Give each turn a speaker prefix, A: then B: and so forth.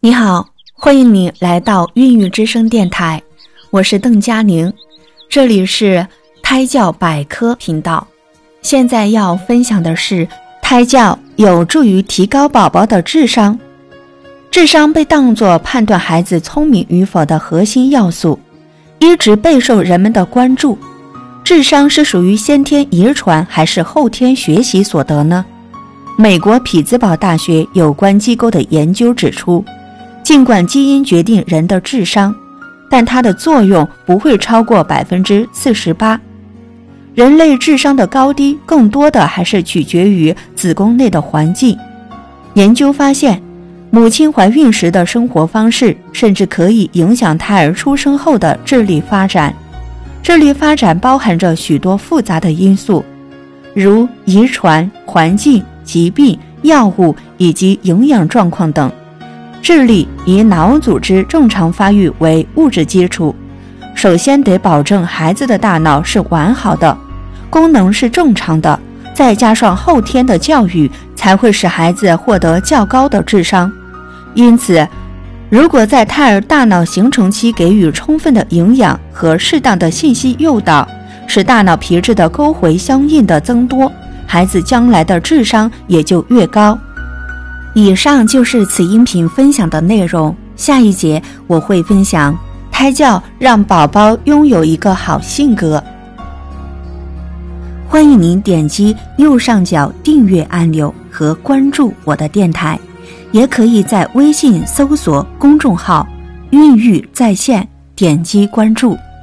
A: 你好，欢迎你来到孕育之声电台，我是邓佳宁，这里是胎教百科频道。现在要分享的是，胎教有助于提高宝宝的智商。智商被当作判断孩子聪明与否的核心要素，一直备受人们的关注。智商是属于先天遗传还是后天学习所得呢？美国匹兹堡大学有关机构的研究指出，尽管基因决定人的智商，但它的作用不会超过 48%。 人类智商的高低更多的还是取决于子宫内的环境。研究发现，母亲怀孕时的生活方式甚至可以影响胎儿出生后的智力发展。智力发展包含着许多复杂的因素，如遗传、环境、疾病、药物以及营养状况等。智力以脑组织正常发育为物质基础，首先得保证孩子的大脑是完好的，功能是正常的，再加上后天的教育，才会使孩子获得较高的智商。因此，如果在胎儿大脑形成期给予充分的营养和适当的信息诱导，使大脑皮质的沟回相应的增多，孩子将来的智商也就越高。以上就是此音频分享的内容，下一节我会分享胎教让宝宝拥有一个好性格。欢迎您点击右上角订阅按钮和关注我的电台，也可以在微信搜索公众号孕育在线，点击关注。